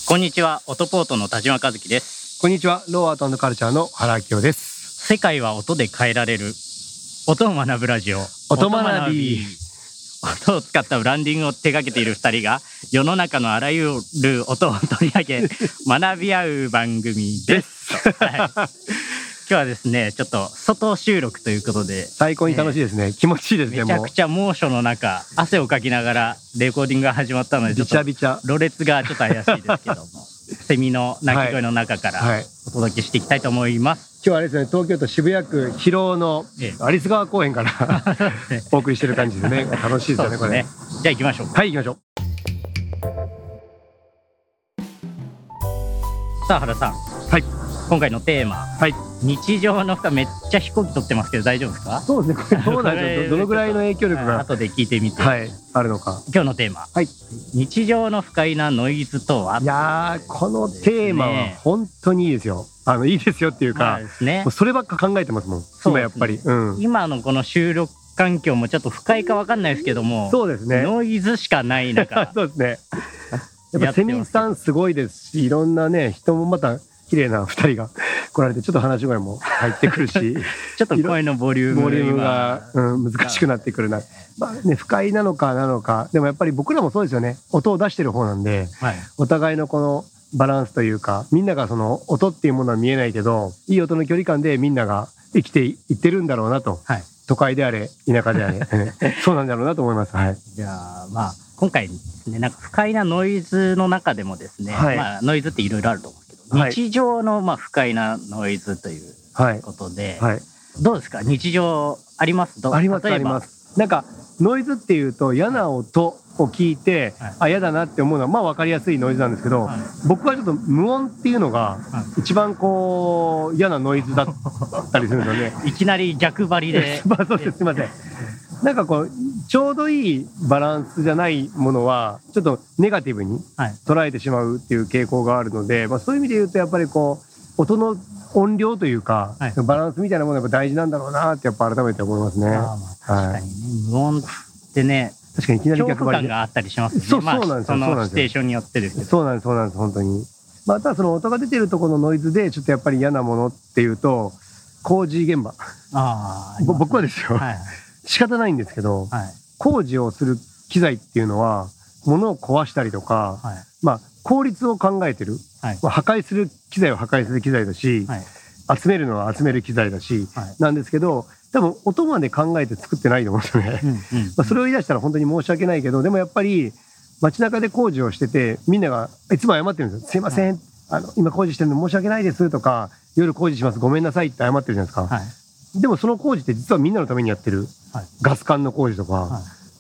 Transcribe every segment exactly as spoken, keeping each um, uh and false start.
こんにちは、オトポートの田島和樹です。 こんにちは、ローアート&カルチャーの原明夫です。 世界は音で変えられる、音を学ぶラジオ、 音学び。 音を使ったブランディングを手掛けているふたりが世の中のあらゆる音を取り上げ学び合う番組です。はい、今日はですね、ちょっと外収録ということで最高に楽しいですね、えー、気持ちいいですね。 めちゃくちゃ猛暑の中汗をかきながらレコーディングが始まったので、ちょっとびちゃびちゃろれつがちょっと怪しいですけどもセミの鳴き声の中からお届けしていきたいと思います。 今日はあれですね、東京都渋谷区広尾の有栖川公園からお送りしてる感じですね。楽しいですよね、これね。 じゃあ行きましょう。 はい、行きましょう。 さあ原さん、 はい、 今回のテーマ、 はい、 日常の負荷。めっちゃ飛行機取ってますけど大丈夫ですか？ そうですね、これどうなんでしょうどのぐらいの影響力が後で聞いてみて、 はい、あるのか。 今日のテーマ、 はい、 日常の不快なノイズとは。 いやー、このテーマは本当にいいですよ。あのいいですよっていうか、ね、もうそればっか考えてますもん、今やっぱり、うん、今のこの収録環境もちょっと不快か分かんないですけども、 そうですね、 ノイズしかない中そうですね、やっぱセミさんすごいですし、いろんなね人もまた綺麗なふたりが来られて、ちょっと話し声も入ってくるしちょっと声のボリュームボリュームが、うん、難しくなってくるな、まあね、不快なのかなのか。でもやっぱり僕らもそうですよね、音を出してる方なんで、はい、お互いのこのバランスというか、みんながその音っていうものは見えないけど、いい音の距離感でみんなが生きていってるんだろうなと、はい、都会であれ田舎であれそうなんだろうなと思います。はい、 じゃあまあ今回ですね、なんか不快なノイズの中でもですね、はい、まあ、ノイズっていろいろあると思うんですけど、はい、日常のまあ不快なノイズということで、はいはい、どうですか、日常あります？ あります、あります。なんかノイズっていうと嫌な音を聞いて、はい、あ、嫌だなって思うのはまあ分かりやすいノイズなんですけど、はい、僕はちょっと無音っていうのが一番こう嫌なノイズだったりするんですよねいきなり逆張りでそうです、すいません。なんかこうちょうどいいバランスじゃないものはちょっとネガティブに捉えてしまうっていう傾向があるので、まあ、そういう意味で言うとやっぱりこう音の音量というか、はい、バランスみたいなものがやっぱ大事なんだろうなってやっぱ改めて思いますね。 あ、まあ確かにね、はい、無音ってね、 確かにいきなり逆張りで恐怖感があったりしますね。 そう、そうなんですよ。 まあ、そのシチュエーションによってですけど。 そうなんです、そうなんです、本当に。またその音が出てるところのノイズでちょっとやっぱり嫌なものっていうと、工事現場。ああ、ね、僕はですよ、はい、仕方ないんですけど、はい、工事をする機材っていうのは物を壊したりとか、はい、まあ効率を考えてる、はい、まあ、破壊する機材を破壊する機材だし、はい、集めるのは集める機材だし、はい、なんですけど、多分音まで考えて作ってないと思うんですよね。うんうんうん、まあそれを言い出したら本当に申し訳ないけど、でもやっぱり街中で工事をしててみんながいつも謝ってるんですよ。すいません、はい、あの今工事してるの申し訳ないですとか、夜工事しますごめんなさいって謝ってるじゃないですか。はい、でもその工事って実はみんなのためにやってる、はい、ガス管の工事とか、はい、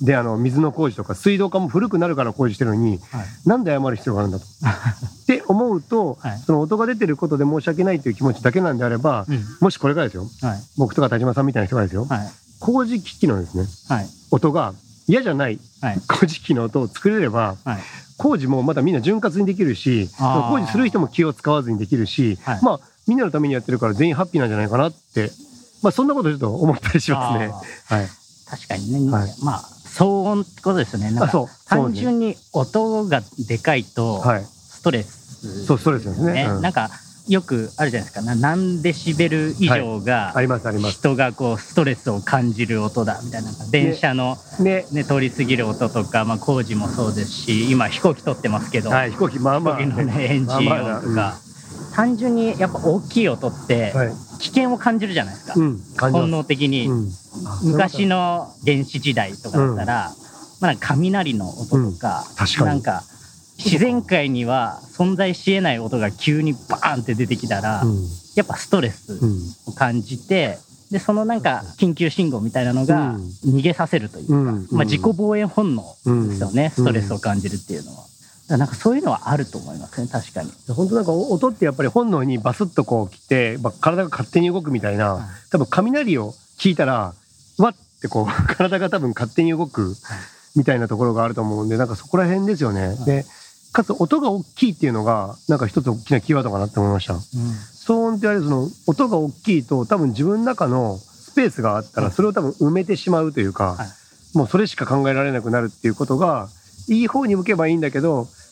であの水の工事とか水道管も古くなるから工事してるのに、はい、なんで謝る必要があるんだとって思うと、はい、その音が出てることで申し訳ないという気持ちだけなんであれば、うん、もしこれからですよ、はい、僕とか田島さんみたいな人がですよ、はい、工事機器のですね、はい、音が嫌じゃない、はい、工事機の音を作れれば、はい、工事もまたみんな潤滑にできるし、工事する人も気を使わずにできるし、はい、まあみんなのためにやってるから全員ハッピーなんじゃないかなって、まあそんなことちょっと思ったりしますね。はい、 確かにね、はい、まあ騒音ってことですよね。なんか単純に音がでかいとストレスですよね。そう、ストレスですね。うん、なんかよくあるじゃないですか。何デシベル以上が人がこうストレスを感じる音だみたいな、電車の、ねね、通り過ぎる音とか、まあ、工事もそうですし、今飛行機撮ってますけど、はい、飛行機まあまあ、飛行機の、ね、エンジン音とか、まあまあうん、単純にやっぱ大きい音って危険を感じるじゃないですか、うん、本能的に、うん、昔の原始時代とかだったら、うん、まあ、なんか雷の音とか、うん、確かになんか自然界には存在し得ない音が急にバーンって出てきたら、うん、やっぱストレスを感じて、でそのなんか緊急信号みたいなのが逃げさせるというか、うん、まあ、自己防衛本能ですよね、うん、ストレスを感じるっていうのは。だからなんかそういうのはあると思いますね、確かに。 本当なんか音ってやっぱり本能にバスッとこう来て、まあ、体が勝手に動くみたいな、はい、多分雷を聞いたらわってこう体が多分勝手に動くみたいなところがあると思うんで、なんかそこら辺ですよね。はい、でかつ音が大きいっていうのがなんか一つ大きなキーワードかなって思いました。うん、騒音って言われるその音が大きいと多分自分の中のスペースがあったらそれを多分埋めてしまうというか、はい、もうそれしか考えられなくなるっていうことがいい方に向けばいいんだけど、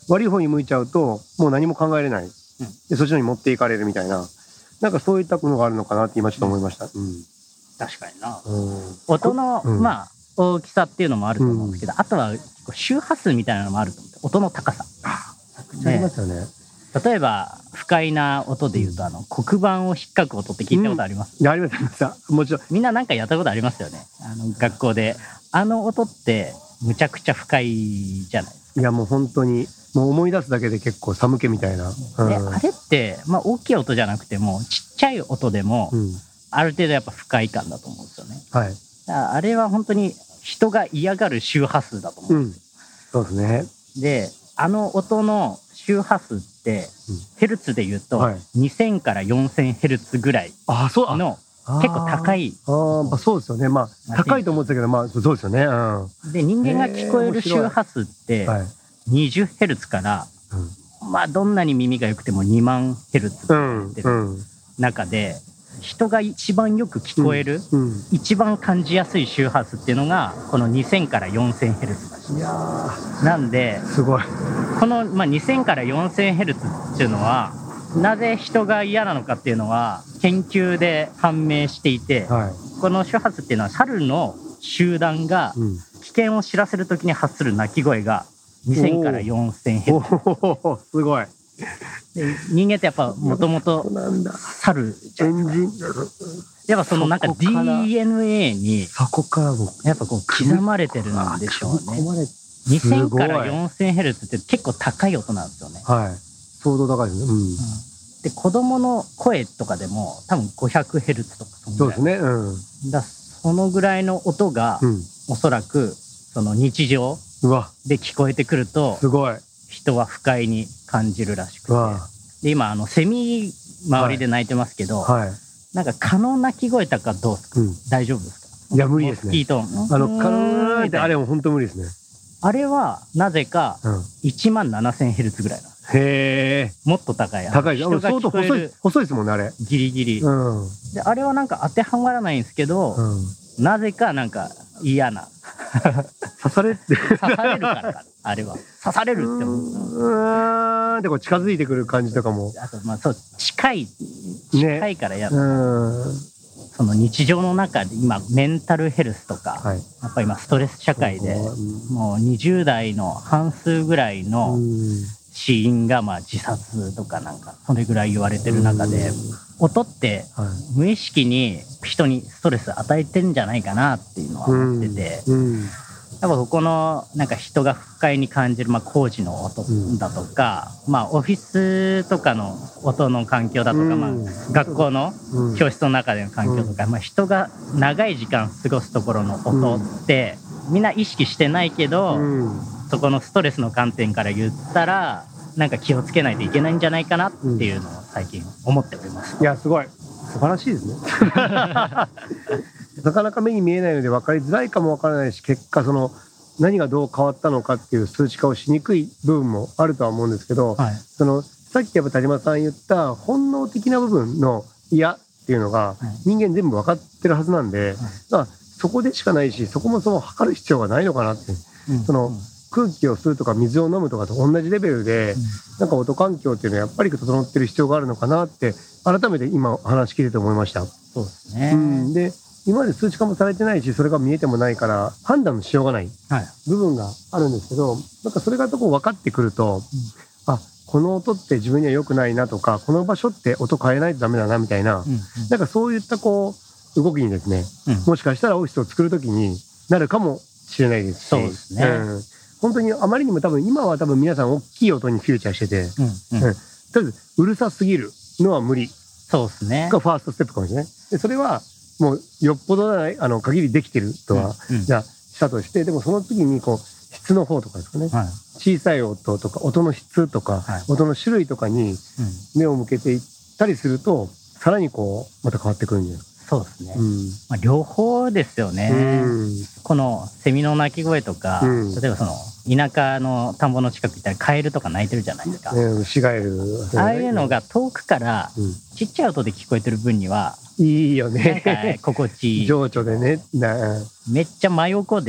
悪い方に向いちゃうともう何も考えれない、うん、でそっちの方に持っていかれるみたいな、なんかそういったのがあるのかなって今ちょっと思いました、うんうん、 確かにな、うん、音の、うん、まあ大きさっていうのもあると思うんですけど、うん、あとは周波数みたいなのもあると思って、音の高さありますよね。 例えば不快な音でいうと、あの黒板を引っかく音って聞いたことあります？ うん、ありますあります。もちろんみんななんかやったことありますよね。あの学校であの音ってむちゃくちゃ不快じゃないですか。 いやもう本当にもう思い出すだけで結構寒気みたいな、 うん、であれって、まあ、大きい音じゃなくてもちっちゃい音でも、うん、ある程度やっぱ不快感だと思うんですよね。 はい、 だからあれは本当に人が嫌がる周波数だと思うんですよ、 うん、そうですね。 であの音の周波数って、うん、ヘルツで言うと、はい、にせんからよんせんヘルツぐらいの結構高い。 ああそうですよね。まあ高いと思ってたけど、まあそうですよね、うん、 で人間が聞こえる周波数ってにじゅうヘルツから、うん、まあどんなに耳が良くてもにまんヘルツって言ってる中で、うんうん、人が一番よく聞こえる、うんうん、一番感じやすい周波数っていうのがこのにせんからよんせんヘルツだし、いやなんですごいこの、まあ、にせんからよんせんヘルツっていうのはなぜ人が嫌なのかっていうのは研究で判明していて、はい、この周波数っていうのは猿の集団が危険を知らせるときに発する鳴き声がにせんからよんせんヘルツ。 おーすごい。 で人間ってやっぱもともと猿じゃないですか。やっぱそのなんか ディーエヌエー にそこからもやっぱこう刻まれてるんでしょうね。にせんからよんせんヘルツって結構高い音なんですよね。 はい。相当高いですね。うん。 で子供の声とかでも多分ごひゃくヘルツとかそのぐらい。そうですね。うん。 だそのぐらいの音が、うん、おそらくその日常で聞こえてくると、 すごい。 人は不快に感じるらしくて。で今あのセミ周りで鳴いてますけど、はいはい、なんか蚊の鳴き声とかどうですか？うん、大丈夫ですか？ いや無理ですね。 モスキートあの蚊のってあれも本当無理ですね。 あれはなぜかいちまんななせんヘルツぐらいなんです。 へー。 もっと高い。 高い。人が聞こえる細い、細いですもんねあれ。 ギリギリ。うん、であれはなんか当てはまらないんですけど、うん、なぜかなんか嫌な。 刺されって刺されるからかあれは刺されるって思う。 うーんでこう近づいてくる感じとかも。 あとまあそう近い近いからやる。ね、うんその日常の中で今メンタルヘルスとか、はい、やっぱり今ストレス社会でもうにじゅう代の半数ぐらいの死因がまあ自殺とかなんかそれぐらい言われてる中で音って無意識に人にストレス与えてるんじゃないかなっていうのは思ってて、やっぱここのなんか人が不快に感じるまあ工事の音だとか、まあオフィスとかの音の環境だとか、まあ学校の教室の中での環境とか、まあ人が長い時間過ごすところの音ってみんな意識してないけど、そこのストレスの観点から言ったらなんか気をつけないといけないんじゃないかなっていうのを最近思っております。 いやすごい素晴らしいですね。なかなか目に見えないので分かりづらいかも分からないし、結果その何がどう変わったのかっていう数値化をしにくい部分もあるとは思うんですけど、はい、そのさっきやっぱ田島さん言った本能的な部分の嫌っていうのが人間全部分かってるはずなんで、はい、まあ、そこでしかないし、そこもそも測る必要がないのかなって、うん、その空気を吸うとか水を飲むとかと同じレベルで、うん、なんか音環境っていうのはやっぱり整ってる必要があるのかなって改めて今話聞いてて思いました。 そうですね、 うん、で今まで数値化もされてないし、それが見えてもないから判断のしようがない部分があるんですけど、はい、なんかそれがとこ分かってくると、うん、あ、この音って自分には良くないなとか、この場所って音変えないとダメだなみたいな、うんうん、なんかそういったこう動きにですね、うん、もしかしたらオフィスを作るときになるかもしれないですし、 そうですね、 うん、本当にあまりにも多分今は多分皆さん大きい音にフューチャーしてて、うんうんうん、とりあえずうるさすぎるのは無理。 そうですね。 がファーストステップかもしれない。でそれはもうよっぽどないあの限りできてるとは、うんうん、じゃあしたとして、でもその次にこう質の方とかですかね、はい、小さい音とか音の質とか、はい、音の種類とかに目を向けていったりすると、うん、さらにこうまた変わってくるんじゃないですか。 そうですね、うん、まあ、両方ですよね、うん、このセミの鳴き声とか、うん、例えばその田舎の田んぼの近く行ったらカエルとか鳴いてるじゃないですか、 うん、牛ガエル、 ああいうのが遠くからちっちゃい音で聞こえてる分にはいいよね。 なんか心地いい。 情緒でね。なめっちゃ真横で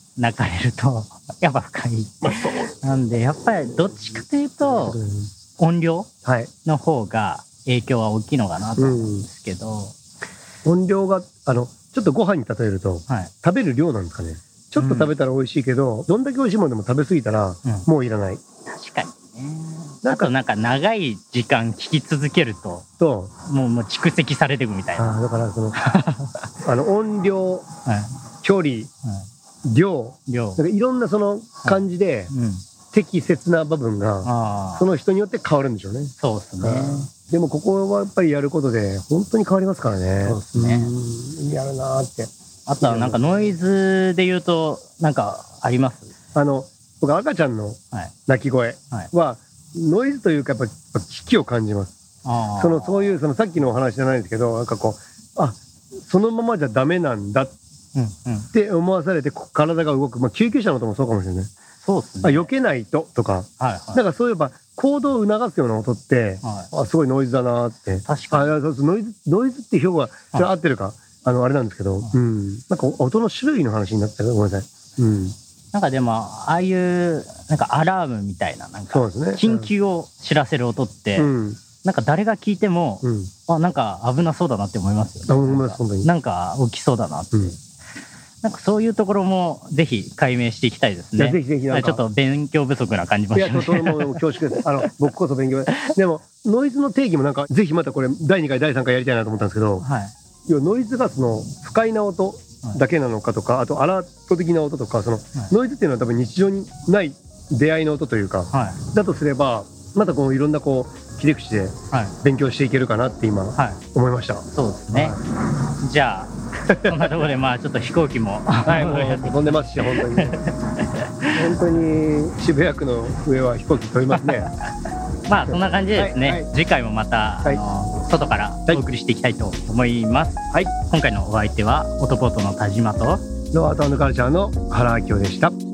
鳴かれるとやっぱ不快、まあ、そうなんでやっぱりどっちかというと音量の方が影響は大きいのかなと思うんですけど、 うん、音量があのちょっとご飯に例えると、はい、食べる量なんですかね。ちょっと食べたら美味しいけど、うん、どんだけ美味しいものでも食べ過ぎたら、うん、もういらない。 確かにね。なんかあとなんか長い時間聞き続けると、ともうもう蓄積されていくみたいな。 あだからそのあの音量、はい、距離、はい、量、量なんかいろんなその感じで、はいうん、適切な部分がその人によって変わるんでしょうね。 そうですね。 でもここはやっぱりやることで本当に変わりますからね。 そうですね。 うんやるなーって。 あとはなんかノイズで言うとなんかあります？ あの僕赤ちゃんの泣き声はノイズというかやっぱ危機を感じます。そのそういうそのさっきのお話じゃないんですけどなんかこうあそのままじゃダメなんだって思わされて体が動く、まあ、救急車の音もそうかもしれない。 そうですね。 あ避けないととか、はいはい、なんかそういえば行動を促すような音って、はい、あすごいノイズだなって。 確かに。 あそうそうノイズノイズって表現はそれ合ってるか。はいあのあれなんですけど、うん、なんか音の種類の話になってるごめんなさい、うん、 なんかでもああいうなんかアラームみたいななんか緊急を知らせる音って、うん、なんか誰が聞いても、うん、あなんか危なそうだなって思いますよね。なんか、なんか起きそうだなって、うん、なんかそういうところもぜひ解明していきたいですね。 ぜひぜひなんかちょっと勉強不足な感じもしますね。 いやとても恐縮です。あの僕こそ勉強でもノイズの定義もなんかぜひまたこれだいにかいだいさんかいやりたいなと思ったんですけど、はい要はノイズがその不快な音だけなのかとか、はい、あとアラート的な音とかその、はい、ノイズっていうのは多分日常にない出会いの音というか、はい、だとすればまたこういろんなこう切り口で勉強していけるかなって今思いました、はい、 そうですね、はい、じゃあそんなところでまあちょっと飛行機も、 はい、もう飛んでますし本当に本当に渋谷区の上は飛行機飛びますねまあそんな感じでですね、はいはい、次回もまた、はい、あの外からお送りしていきたいと思います、はい、今回のお相手はオトポートの田島とノアト&カルチャーの原明夫でした。